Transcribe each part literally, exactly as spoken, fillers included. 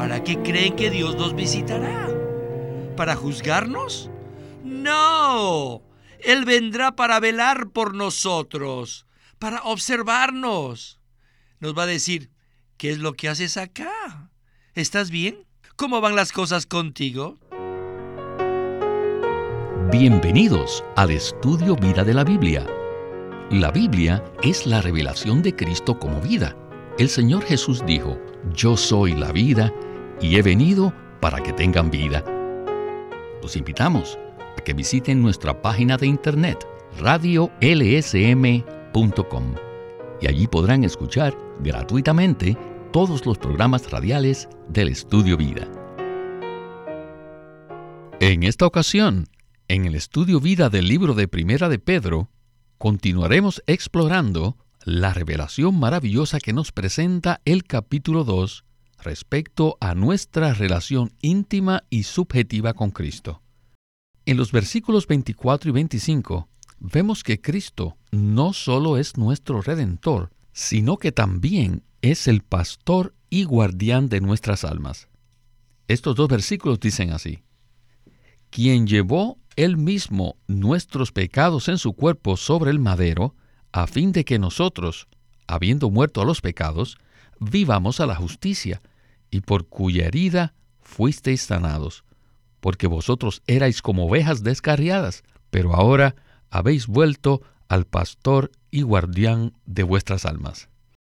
¿Para qué creen que Dios nos visitará? ¿Para juzgarnos? No. Él vendrá para velar por nosotros, para observarnos. Nos va a decir, ¿qué es lo que haces acá? ¿Estás bien? ¿Cómo van las cosas contigo? Bienvenidos al estudio Vida de la Biblia. La Biblia es la revelación de Cristo como vida. El Señor Jesús dijo, yo soy la vida y he venido para que tengan vida. Los invitamos a que visiten nuestra página de internet radio l s m punto com y allí podrán escuchar gratuitamente todos los programas radiales del Estudio Vida. En esta ocasión, en el Estudio Vida del libro de Primera de Pedro, continuaremos explorando la revelación maravillosa que nos presenta el capítulo dos respecto a nuestra relación íntima y subjetiva con Cristo. En los versículos veinticuatro y veinticinco, vemos que Cristo no solo es nuestro Redentor, sino que también es el pastor y guardián de nuestras almas. Estos dos versículos dicen así: quien llevó él mismo nuestros pecados en su cuerpo sobre el madero, a fin de que nosotros, habiendo muerto a los pecados, vivamos a la justicia, y por cuya herida fuisteis sanados, porque vosotros erais como ovejas descarriadas, pero ahora habéis vuelto al pastor y guardián de vuestras almas.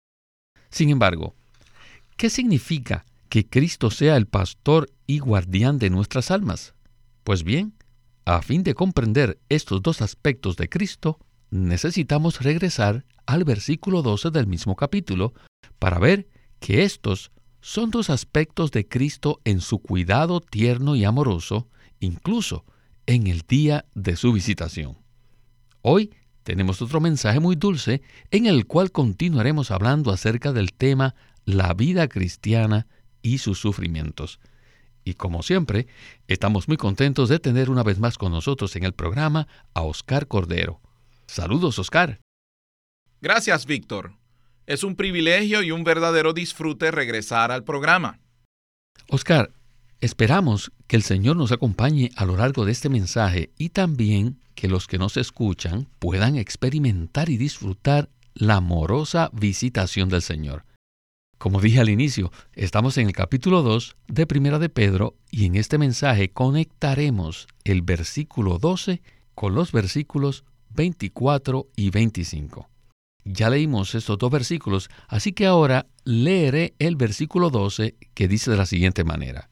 Sin embargo, ¿qué significa que Cristo sea el pastor y guardián de nuestras almas? Pues bien, a fin de comprender estos dos aspectos de Cristo, necesitamos regresar al versículo doce del mismo capítulo para ver que estos son dos aspectos de Cristo en su cuidado tierno y amoroso, incluso en el día de su visitación. Hoy tenemos otro mensaje muy dulce en el cual continuaremos hablando acerca del tema la vida cristiana y sus sufrimientos. Y como siempre, estamos muy contentos de tener una vez más con nosotros en el programa a Oscar Cordero. Saludos, Oscar. Gracias, Víctor. Es un privilegio y un verdadero disfrute regresar al programa. Oscar, esperamos que el Señor nos acompañe a lo largo de este mensaje y también que los que nos escuchan puedan experimentar y disfrutar la amorosa visitación del Señor. Como dije al inicio, estamos en el capítulo dos de Primera de Pedro y en este mensaje conectaremos el versículo doce con los versículos veinticuatro y veinticinco. Ya leímos estos dos versículos, así que ahora leeré el versículo doce que dice de la siguiente manera: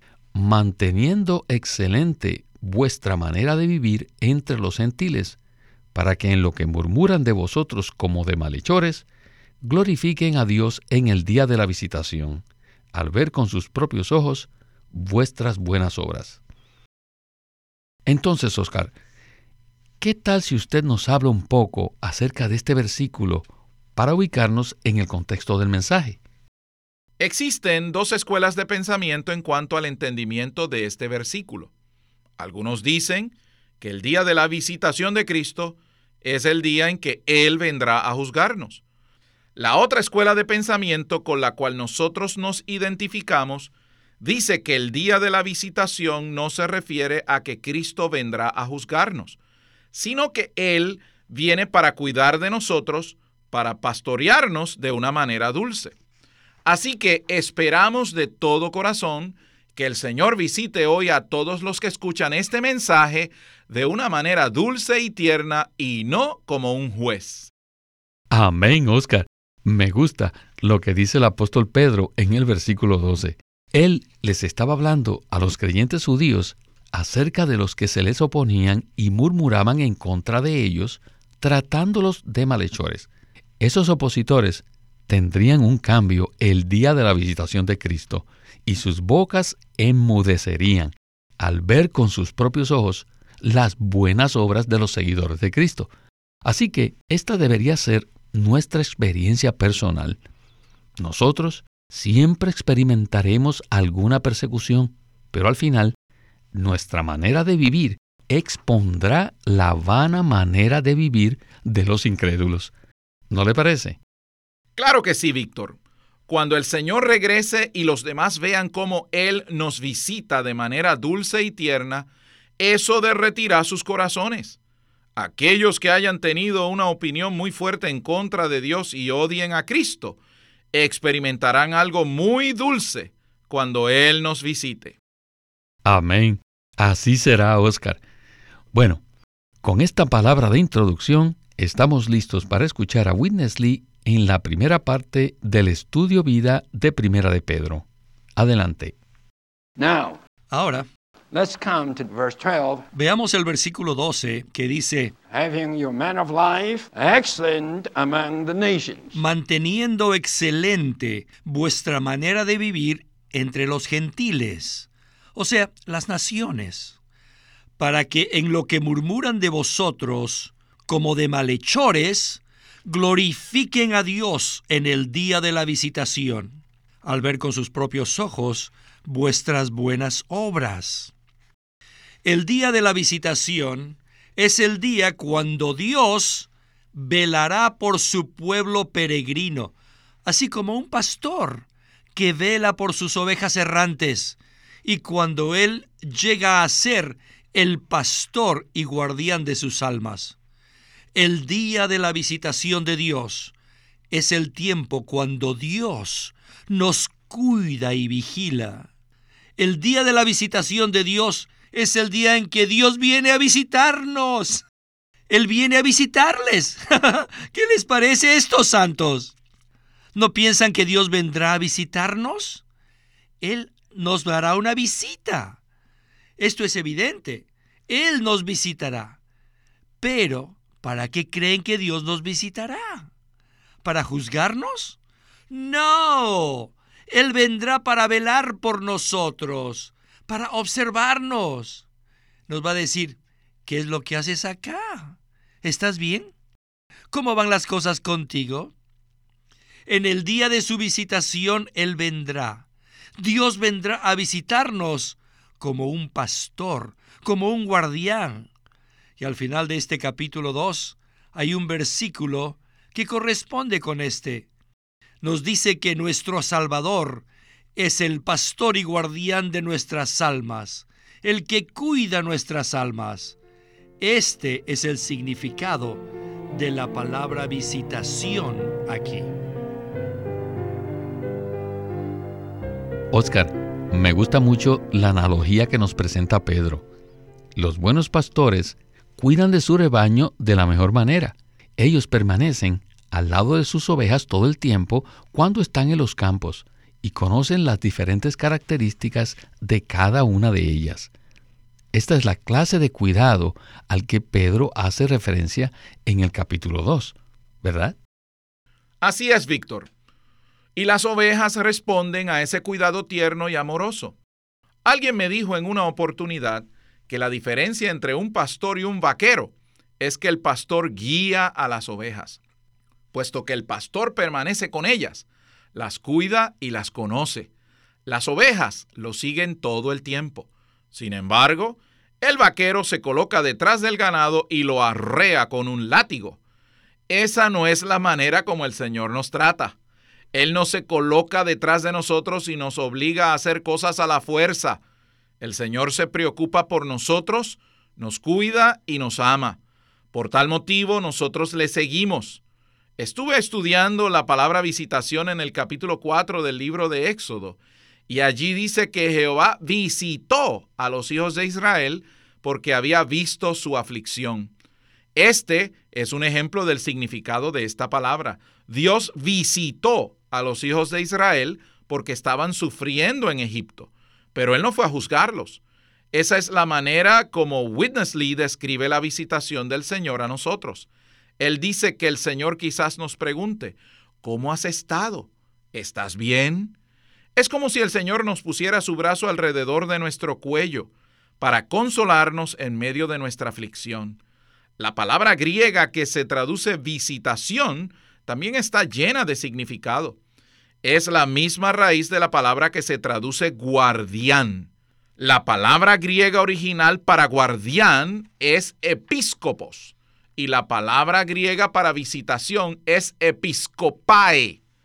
manteniendo excelente vuestra manera de vivir entre los gentiles, para que en lo que murmuran de vosotros como de malhechores, glorifiquen a Dios en el día de la visitación, al ver con sus propios ojos vuestras buenas obras. Entonces, Oscar, ¿qué tal si usted nos habla un poco acerca de este versículo para ubicarnos en el contexto del mensaje? Existen dos escuelas de pensamiento en cuanto al entendimiento de este versículo. Algunos dicen que el día de la visitación de Cristo es el día en que Él vendrá a juzgarnos. La otra escuela de pensamiento con la cual nosotros nos identificamos dice que el día de la visitación no se refiere a que Cristo vendrá a juzgarnos, sino que Él viene para cuidar de nosotros, para pastorearnos de una manera dulce. Así que esperamos de todo corazón que el Señor visite hoy a todos los que escuchan este mensaje de una manera dulce y tierna y no como un juez. Amén, Oscar. Me gusta lo que dice el apóstol Pedro en el versículo doce. Él les estaba hablando a los creyentes judíos acerca de los que se les oponían y murmuraban en contra de ellos, tratándolos de malhechores. Esos opositores tendrían un cambio el día de la visitación de Cristo, y sus bocas enmudecerían al ver con sus propios ojos las buenas obras de los seguidores de Cristo. Así que esta debería ser nuestra experiencia personal. Nosotros siempre experimentaremos alguna persecución, pero al final, nuestra manera de vivir expondrá la vana manera de vivir de los incrédulos. ¿No le parece? Claro que sí, Víctor. Cuando el Señor regrese y los demás vean cómo Él nos visita de manera dulce y tierna, eso derretirá sus corazones. Aquellos que hayan tenido una opinión muy fuerte en contra de Dios y odien a Cristo, experimentarán algo muy dulce cuando Él nos visite. Amén. Así será, Oscar. Bueno, con esta palabra de introducción, estamos listos para escuchar a Witness Lee en la primera parte del estudio vida de Primera de Pedro. Adelante. Now, Ahora, let's come to verse twelve. veamos el versículo doce que dice, Having your man of life excellent among the nations. manteniendo excelente vuestra manera de vivir entre los gentiles, o sea, las naciones, para que en lo que murmuran de vosotros, como de malhechores, glorifiquen a Dios en el día de la visitación, al ver con sus propios ojos vuestras buenas obras. El día de la visitación es el día cuando Dios velará por su pueblo peregrino, así como un pastor que vela por sus ovejas errantes, y cuando Él llega a ser el pastor y guardián de sus almas. El día de la visitación de Dios es el tiempo cuando Dios nos cuida y vigila. El día de la visitación de Dios es el día en que Dios viene a visitarnos. Él viene a visitarles. ¿Qué les parece esto, santos? ¿No piensan que Dios vendrá a visitarnos? Él nos dará una visita. Esto es evidente. Él nos visitará. Pero, ¿para qué creen que Dios nos visitará? ¿Para juzgarnos? No. Él vendrá para velar por nosotros, para observarnos. Nos va a decir, ¿qué es lo que haces acá? ¿Estás bien? ¿Cómo van las cosas contigo? En el día de su visitación, Él vendrá. Dios vendrá a visitarnos como un pastor, como un guardián. Y al final de este capítulo dos hay un versículo que corresponde con este. Nos dice que nuestro Salvador es el pastor y guardián de nuestras almas, el que cuida nuestras almas. Este es el significado de la palabra visitación aquí. Oscar, me gusta mucho la analogía que nos presenta Pedro. Los buenos pastores cuidan de su rebaño de la mejor manera. Ellos permanecen al lado de sus ovejas todo el tiempo cuando están en los campos y conocen las diferentes características de cada una de ellas. Esta es la clase de cuidado al que Pedro hace referencia en el capítulo dos, ¿verdad? Así es, Víctor. Y las ovejas responden a ese cuidado tierno y amoroso. Alguien me dijo en una oportunidad que la diferencia entre un pastor y un vaquero es que el pastor guía a las ovejas, puesto que el pastor permanece con ellas, las cuida y las conoce. Las ovejas lo siguen todo el tiempo. Sin embargo, el vaquero se coloca detrás del ganado y lo arrea con un látigo. Esa no es la manera como el Señor nos trata. Él no se coloca detrás de nosotros y nos obliga a hacer cosas a la fuerza. El Señor se preocupa por nosotros, nos cuida y nos ama. Por tal motivo, nosotros le seguimos. Estuve estudiando la palabra visitación en el capítulo cuatro del libro de Éxodo, y allí dice que Jehová visitó a los hijos de Israel porque había visto su aflicción. Este es un ejemplo del significado de esta palabra. Dios visitó a los hijos de Israel porque estaban sufriendo en Egipto, pero Él no fue a juzgarlos. Esa es la manera como Witness Lee describe la visitación del Señor a nosotros. Él dice que el Señor quizás nos pregunte, ¿cómo has estado? ¿Estás bien? Es como si el Señor nos pusiera su brazo alrededor de nuestro cuello para consolarnos en medio de nuestra aflicción. La palabra griega que se traduce visitación también está llena de significado. Es la misma raíz de la palabra que se traduce guardián. La palabra griega original para guardián es episcopos y la palabra griega para visitación es episcopae.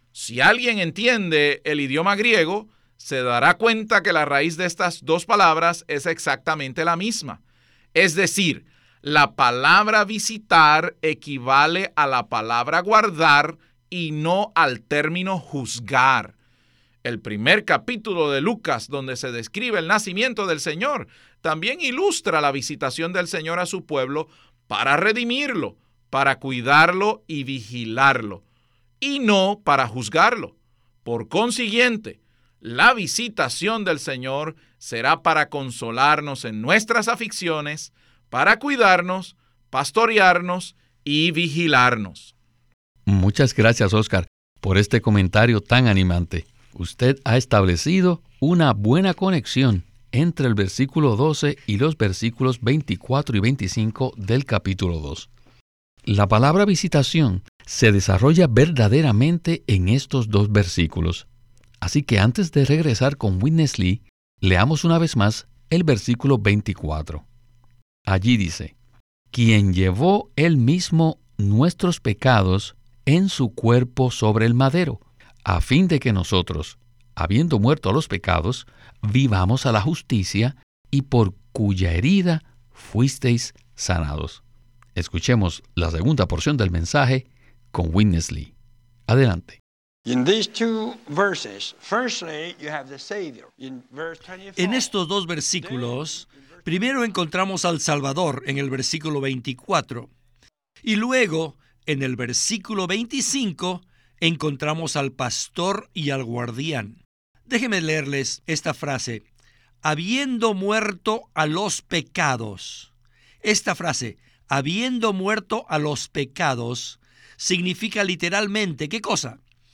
Si alguien entiende el idioma griego, se dará cuenta que la raíz de estas dos palabras es exactamente la misma. Es decir, la palabra visitar equivale a la palabra guardar y no al término juzgar. El primer capítulo de Lucas, donde se describe el nacimiento del Señor, también ilustra la visitación del Señor a su pueblo para redimirlo, para cuidarlo y vigilarlo, y no para juzgarlo. Por consiguiente, la visitación del Señor será para consolarnos en nuestras aflicciones, para cuidarnos, pastorearnos y vigilarnos. Muchas gracias, Oscar, por este comentario tan animante. Usted ha establecido una buena conexión entre el versículo doce y los versículos veinticuatro y veinticinco del capítulo dos. La palabra visitación se desarrolla verdaderamente en estos dos versículos. Así que antes de regresar con Witness Lee, leamos una vez más el versículo veinticuatro. Allí dice: quien llevó él mismo nuestros pecados en su cuerpo sobre el madero, a fin de que nosotros, habiendo muerto a los pecados, vivamos a la justicia, y por cuya herida fuisteis sanados. Escuchemos la segunda porción del mensaje con Witness Lee. Adelante. In these two verses, firstly, you have the Savior. In verse twenty-four. En estos dos versículos, primero encontramos al Salvador en el versículo veinticuatro, y luego, en el versículo veinticinco, encontramos al pastor y al guardián. Déjenme leerles esta frase: habiendo muerto a los pecados. Esta frase, habiendo muerto a los pecados, significa literalmente, ¿qué cosa?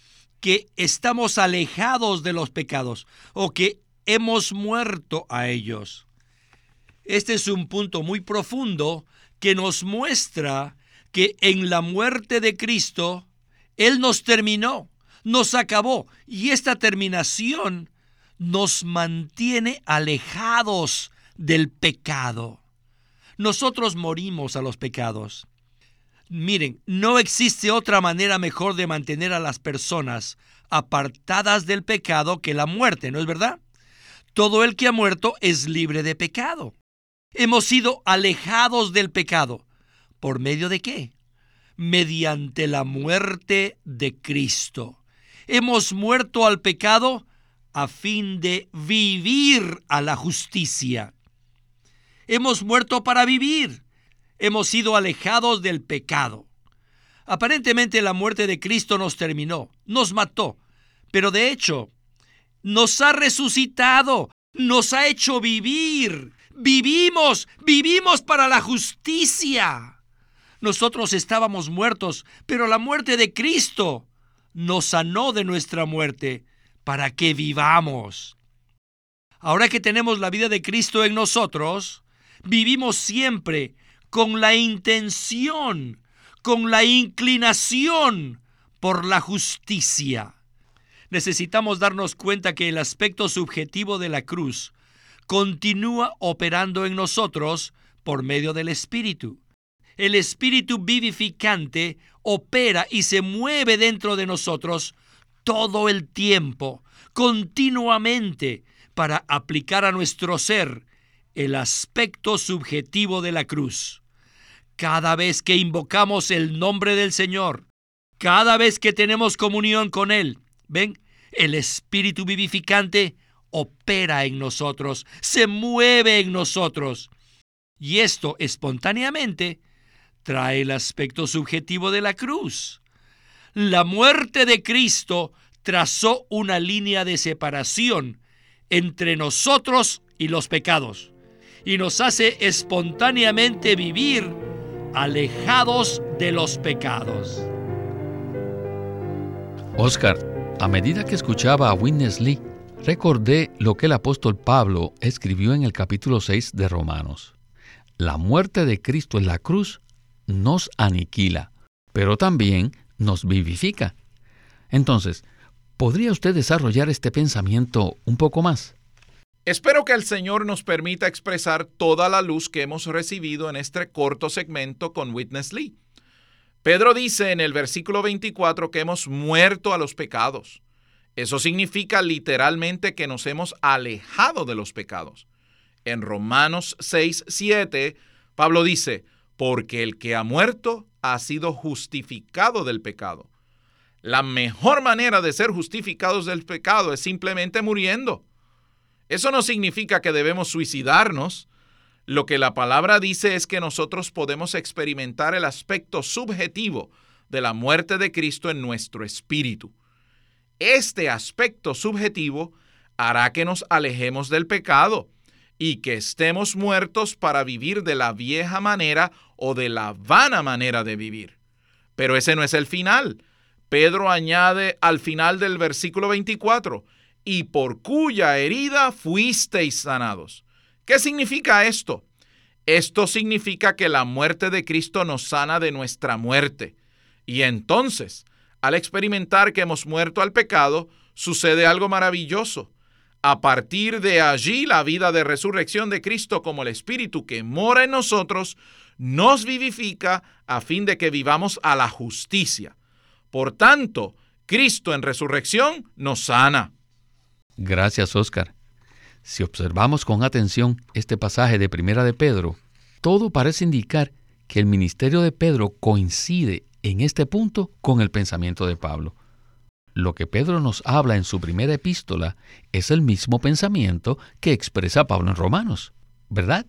Que estamos alejados de los pecados, o que hemos muerto a ellos. Este es un punto muy profundo que nos muestra que en la muerte de Cristo, Él nos terminó, nos acabó, y esta terminación nos mantiene alejados del pecado. Nosotros morimos a los pecados. Miren, no existe otra manera mejor de mantener a las personas apartadas del pecado que la muerte, ¿no es verdad? Todo el que ha muerto es libre de pecado. Hemos sido alejados del pecado. ¿Por medio de qué? Mediante la muerte de Cristo. Hemos muerto al pecado a fin de vivir a la justicia. Hemos muerto para vivir. Hemos sido alejados del pecado. Aparentemente la muerte de Cristo nos terminó, nos mató, pero de hecho nos ha resucitado, nos ha hecho vivir. Vivimos, vivimos para la justicia. Nosotros estábamos muertos, pero la muerte de Cristo nos sanó de nuestra muerte para que vivamos. Ahora que tenemos la vida de Cristo en nosotros, vivimos siempre con la intención, con la inclinación por la justicia. Necesitamos darnos cuenta que el aspecto subjetivo de la cruz continúa operando en nosotros por medio del Espíritu. El Espíritu vivificante opera y se mueve dentro de nosotros todo el tiempo, continuamente, para aplicar a nuestro ser el aspecto subjetivo de la cruz. Cada vez que invocamos el nombre del Señor, cada vez que tenemos comunión con Él, ¿ven? El Espíritu vivificante opera en nosotros, se mueve en nosotros. Y esto espontáneamente trae el aspecto subjetivo de la cruz. La muerte de Cristo trazó una línea de separación entre nosotros y los pecados, y nos hace espontáneamente vivir alejados de los pecados. Oscar, a medida que escuchaba a Witness Lee, recordé lo que el apóstol Pablo escribió en el capítulo seis de Romanos. La muerte de Cristo en la cruz nos aniquila, pero también nos vivifica. Entonces, ¿podría usted desarrollar este pensamiento un poco más? Espero que el Señor nos permita expresar toda la luz que hemos recibido en este corto segmento con Witness Lee. Pedro dice en el versículo veinticuatro que hemos muerto a los pecados. Eso significa literalmente que nos hemos alejado de los pecados. En Romanos seis, siete, Pablo dice, porque el que ha muerto ha sido justificado del pecado. La mejor manera de ser justificados del pecado es simplemente muriendo. Eso no significa que debemos suicidarnos. Lo que la palabra dice es que nosotros podemos experimentar el aspecto subjetivo de la muerte de Cristo en nuestro espíritu. Este aspecto subjetivo hará que nos alejemos del pecado y que estemos muertos para vivir de la vieja manera o de la vana manera de vivir. Pero ese no es el final. Pedro añade al final del versículo veinticuatro, y por cuya herida fuisteis sanados. ¿Qué significa esto? Esto significa que la muerte de Cristo nos sana de nuestra muerte. Y entonces, al experimentar que hemos muerto al pecado, sucede algo maravilloso. A partir de allí, la vida de resurrección de Cristo como el Espíritu que mora en nosotros, nos vivifica a fin de que vivamos a la justicia. Por tanto, Cristo en resurrección nos sana. Gracias, Oscar. Si observamos con atención este pasaje de Primera de Pedro, todo parece indicar que el ministerio de Pedro coincide en este punto con el pensamiento de Pablo. Lo que Pedro nos habla en su primera epístola es el mismo pensamiento que expresa Pablo en Romanos, ¿verdad?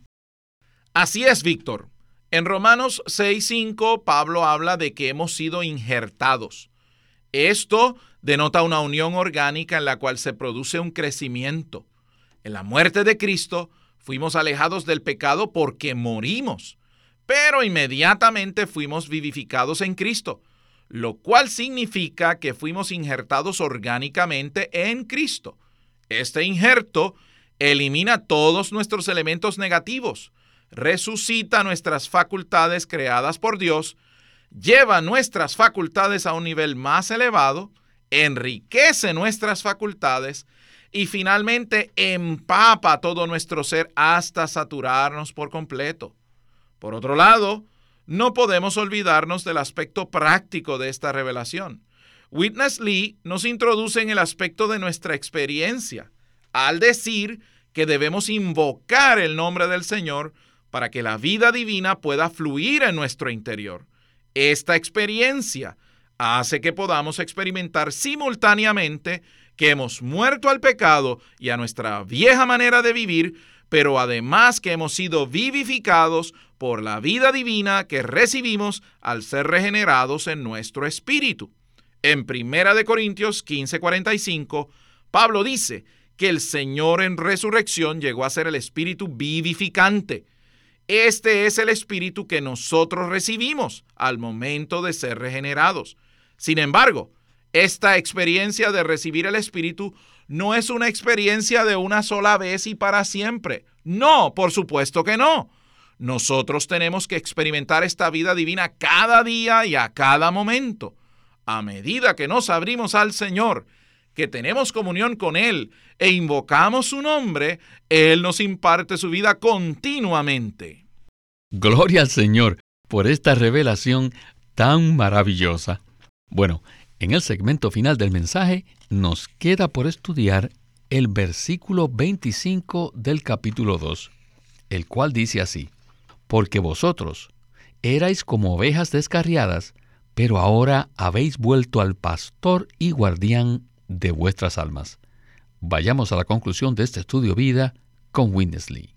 Así es, Víctor. En Romanos seis, cinco, Pablo habla de que hemos sido injertados. Esto denota una unión orgánica en la cual se produce un crecimiento. En la muerte de Cristo fuimos alejados del pecado porque morimos, pero inmediatamente fuimos vivificados en Cristo, lo cual significa que fuimos injertados orgánicamente en Cristo. Este injerto elimina todos nuestros elementos negativos, resucita nuestras facultades creadas por Dios, lleva nuestras facultades a un nivel más elevado, enriquece nuestras facultades y finalmente empapa todo nuestro ser hasta saturarnos por completo. Por otro lado, no podemos olvidarnos del aspecto práctico de esta revelación. Witness Lee nos introduce en el aspecto de nuestra experiencia, al decir que debemos invocar el nombre del Señor para que la vida divina pueda fluir en nuestro interior. Esta experiencia hace que podamos experimentar simultáneamente que hemos muerto al pecado y a nuestra vieja manera de vivir, pero además que hemos sido vivificados por la vida divina que recibimos al ser regenerados en nuestro espíritu. En Primera de Corintios quince, cuarenta y cinco, Pablo dice que el Señor en resurrección llegó a ser el espíritu vivificante. Este es el espíritu que nosotros recibimos al momento de ser regenerados. Sin embargo, esta experiencia de recibir el espíritu no es una experiencia de una sola vez y para siempre. No, por supuesto que no. Nosotros tenemos que experimentar esta vida divina cada día y a cada momento. A medida que nos abrimos al Señor, que tenemos comunión con Él e invocamos su nombre, Él nos imparte su vida continuamente. Gloria al Señor por esta revelación tan maravillosa. Bueno, en el segmento final del mensaje nos queda por estudiar el versículo veinticinco del capítulo dos, el cual dice así: porque vosotros erais como ovejas descarriadas, pero ahora habéis vuelto al pastor y guardián de vuestras almas. Vayamos a la conclusión de este estudio vida con Witness Lee.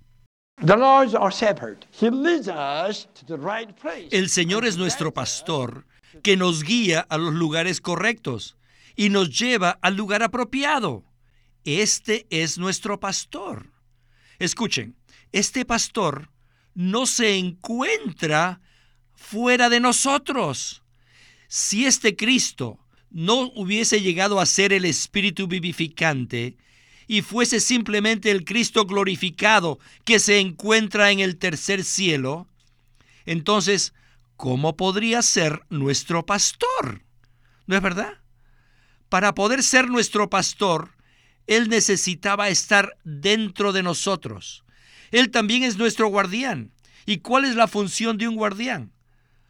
El Señor es nuestro pastor que nos guía a los lugares correctos y nos lleva al lugar apropiado. Este es nuestro pastor. Escuchen, este pastor no se encuentra fuera de nosotros. Si este Cristo no hubiese llegado a ser el Espíritu vivificante y fuese simplemente el Cristo glorificado que se encuentra en el tercer cielo, entonces, ¿cómo podría ser nuestro pastor? ¿No es verdad? Para poder ser nuestro pastor, Él necesitaba estar dentro de nosotros. Él también es nuestro guardián. ¿Y cuál es la función de un guardián?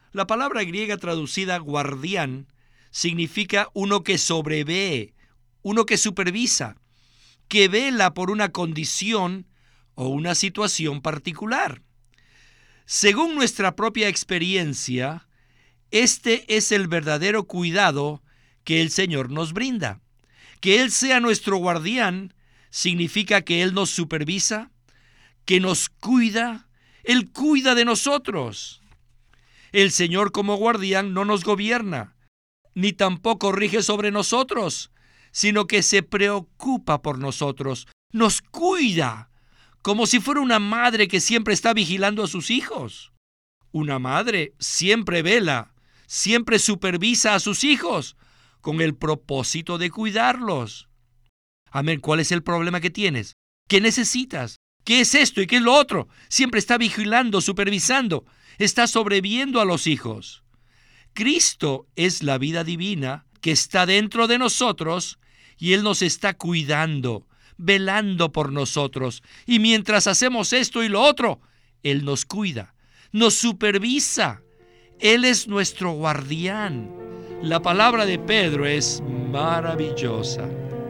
La palabra griega traducida guardián significa uno que sobrevé, uno que supervisa, que vela por una condición o una situación particular. Según nuestra propia experiencia, este es el verdadero cuidado que el Señor nos brinda. Que Él sea nuestro guardián significa que Él nos supervisa, que nos cuida, Él cuida de nosotros. El Señor como guardián no nos gobierna, ni tampoco rige sobre nosotros, sino que se preocupa por nosotros, nos cuida, como si fuera una madre que siempre está vigilando a sus hijos. Una madre siempre vela, siempre supervisa a sus hijos, con el propósito de cuidarlos. Amén. ¿Cuál es el problema que tienes? ¿Qué necesitas? ¿Qué es esto y qué es lo otro? Siempre está vigilando, supervisando, está sobreviviendo a los hijos. Cristo es la vida divina que está dentro de nosotros y Él nos está cuidando, velando por nosotros. Y mientras hacemos esto y lo otro, Él nos cuida, nos supervisa. Él es nuestro guardián. La palabra de Pedro es maravillosa.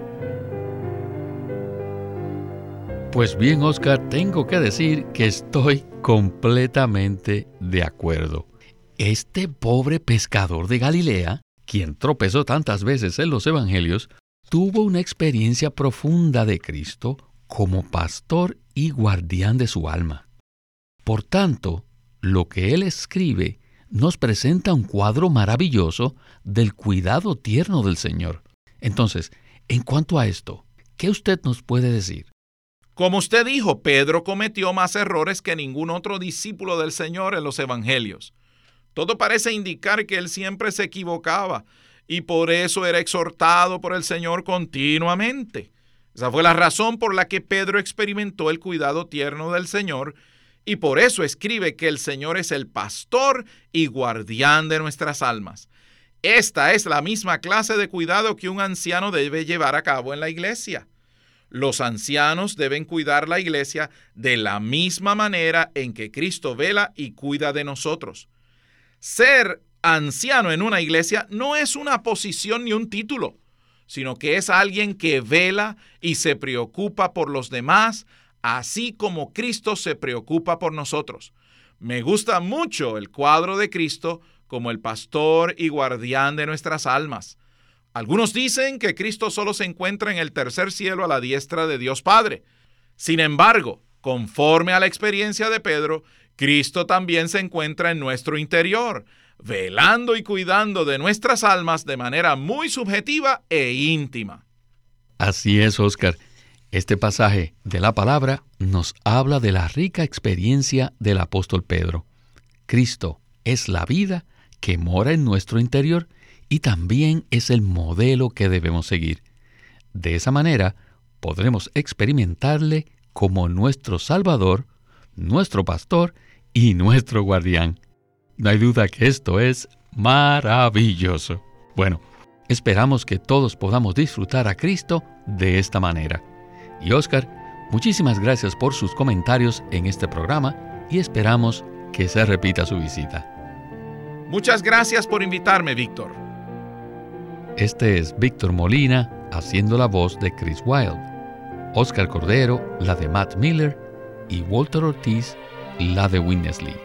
Pues bien, Oscar, tengo que decir que estoy completamente de acuerdo. Este pobre pescador de Galilea, quien tropezó tantas veces en los evangelios, tuvo una experiencia profunda de Cristo como pastor y guardián de su alma. Por tanto, lo que él escribe nos presenta un cuadro maravilloso del cuidado tierno del Señor. Entonces, en cuanto a esto, ¿qué usted nos puede decir? Como usted dijo, Pedro cometió más errores que ningún otro discípulo del Señor en los evangelios. Todo parece indicar que él siempre se equivocaba y por eso era exhortado por el Señor continuamente. Esa fue la razón por la que Pedro experimentó el cuidado tierno del Señor y por eso escribe que el Señor es el pastor y guardián de nuestras almas. Esta es la misma clase de cuidado que un anciano debe llevar a cabo en la iglesia. Los ancianos deben cuidar la iglesia de la misma manera en que Cristo vela y cuida de nosotros. Ser anciano en una iglesia no es una posición ni un título, sino que es alguien que vela y se preocupa por los demás, así como Cristo se preocupa por nosotros. Me gusta mucho el cuadro de Cristo como el pastor y guardián de nuestras almas. Algunos dicen que Cristo solo se encuentra en el tercer cielo a la diestra de Dios Padre. Sin embargo, conforme a la experiencia de Pedro, Cristo también se encuentra en nuestro interior, velando y cuidando de nuestras almas de manera muy subjetiva e íntima. Así es, Oscar. Este pasaje de la palabra nos habla de la rica experiencia del apóstol Pedro. Cristo es la vida que mora en nuestro interior y también es el modelo que debemos seguir. De esa manera, podremos experimentarle como nuestro Salvador, nuestro pastor y nuestro guardián. No hay duda que esto es maravilloso. Bueno, esperamos que todos podamos disfrutar a Cristo de esta manera. Y Oscar, muchísimas gracias por sus comentarios en este programa y esperamos que se repita su visita. Muchas gracias por invitarme, Víctor. Este es Víctor Molina haciendo la voz de Chris Wilde, Oscar Cordero la de Matt Miller y Walter Ortiz la de Witness Lee.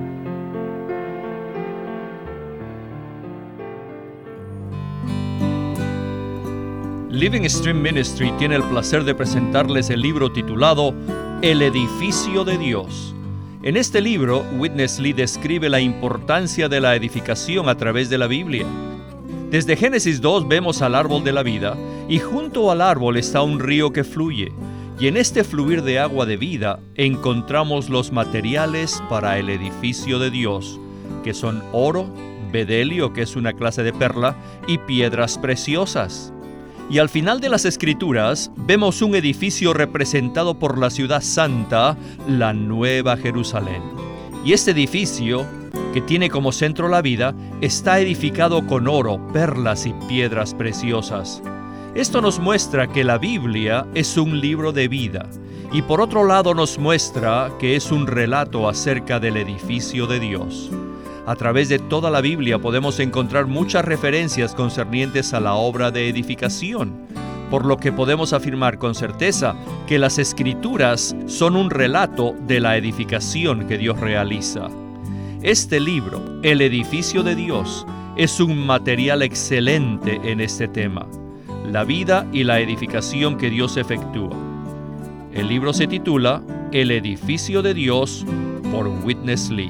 Living Stream Ministry tiene el placer de presentarles el libro titulado El edificio de Dios. En este libro, Witness Lee describe la importancia de la edificación a través de la Biblia. Desde Génesis dos vemos al árbol de la vida y junto al árbol está un río que fluye. Y en este fluir de agua de vida encontramos los materiales para el edificio de Dios, que son oro, bedelio, que es una clase de perla, y piedras preciosas. Y al final de las Escrituras vemos un edificio representado por la ciudad santa, la Nueva Jerusalén. Y este edificio, que tiene como centro la vida, está edificado con oro, perlas y piedras preciosas. Esto nos muestra que la Biblia es un libro de vida, y por otro lado nos muestra que es un relato acerca del edificio de Dios. A través de toda la Biblia podemos encontrar muchas referencias concernientes a la obra de edificación, por lo que podemos afirmar con certeza que las Escrituras son un relato de la edificación que Dios realiza. Este libro, El edificio de Dios, es un material excelente en este tema, la vida y la edificación que Dios efectúa. El libro se titula El edificio de Dios por Witness Lee.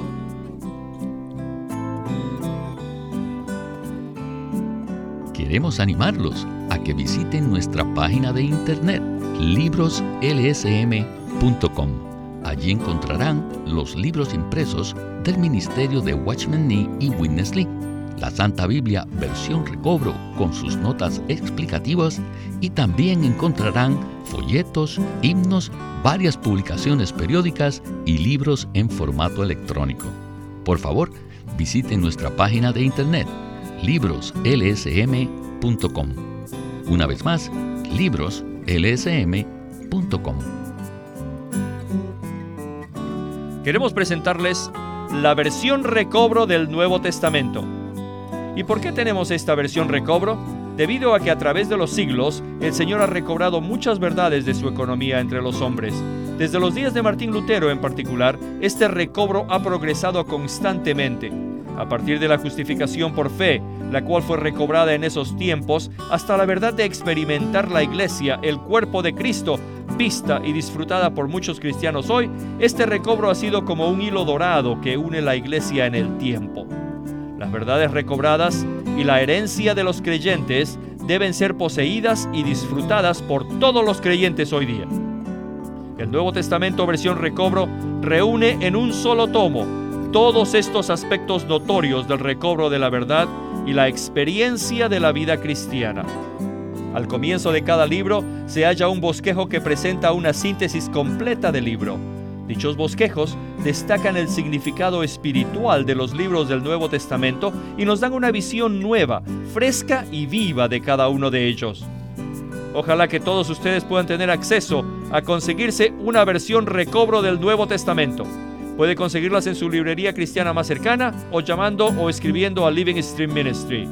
Queremos animarlos a que visiten nuestra página de internet libros l s m punto com. Allí encontrarán los libros impresos del ministerio de Watchman Nee y Witness Lee, la Santa Biblia versión recobro con sus notas explicativas, y también encontrarán folletos, himnos, varias publicaciones periódicas y libros en formato electrónico. Por favor, visiten nuestra página de internet libros l s m punto com. Una vez más, libros l s m punto com. Queremos presentarles la versión recobro del Nuevo Testamento. ¿Y por qué tenemos esta versión recobro? Debido a que a través de los siglos, el Señor ha recobrado muchas verdades de su economía entre los hombres. Desde los días de Martín Lutero en particular, este recobro ha progresado constantemente. A partir de la justificación por fe, la cual fue recobrada en esos tiempos, hasta la verdad de experimentar la Iglesia, el cuerpo de Cristo, vista y disfrutada por muchos cristianos hoy, este recobro ha sido como un hilo dorado que une la Iglesia en el tiempo. Las verdades recobradas y la herencia de los creyentes deben ser poseídas y disfrutadas por todos los creyentes hoy día. El Nuevo Testamento versión recobro reúne en un solo tomo todos estos aspectos notorios del recobro de la verdad y la experiencia de la vida cristiana. Al comienzo de cada libro se halla un bosquejo que presenta una síntesis completa del libro. Dichos bosquejos destacan el significado espiritual de los libros del Nuevo Testamento y nos dan una visión nueva, fresca y viva de cada uno de ellos. Ojalá que todos ustedes puedan tener acceso a conseguirse una versión recobro del Nuevo Testamento. Puede conseguirlas en su librería cristiana más cercana o llamando o escribiendo a Living Stream Ministry.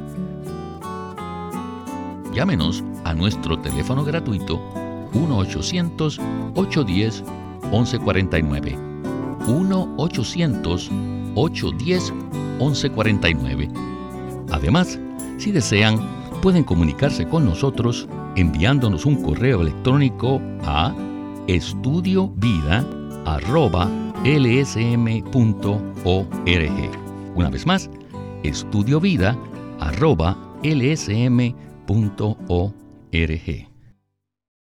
Llámenos a nuestro teléfono gratuito uno ochocientos, ocho uno cero, once cuarenta y nueve. uno ochocientos, ocho uno cero, once cuarenta y nueve. Además, si desean, pueden comunicarse con nosotros enviándonos un correo electrónico a estudiovida arroba l s m punto org. Una vez más, estudiovida arroba l s m punto org.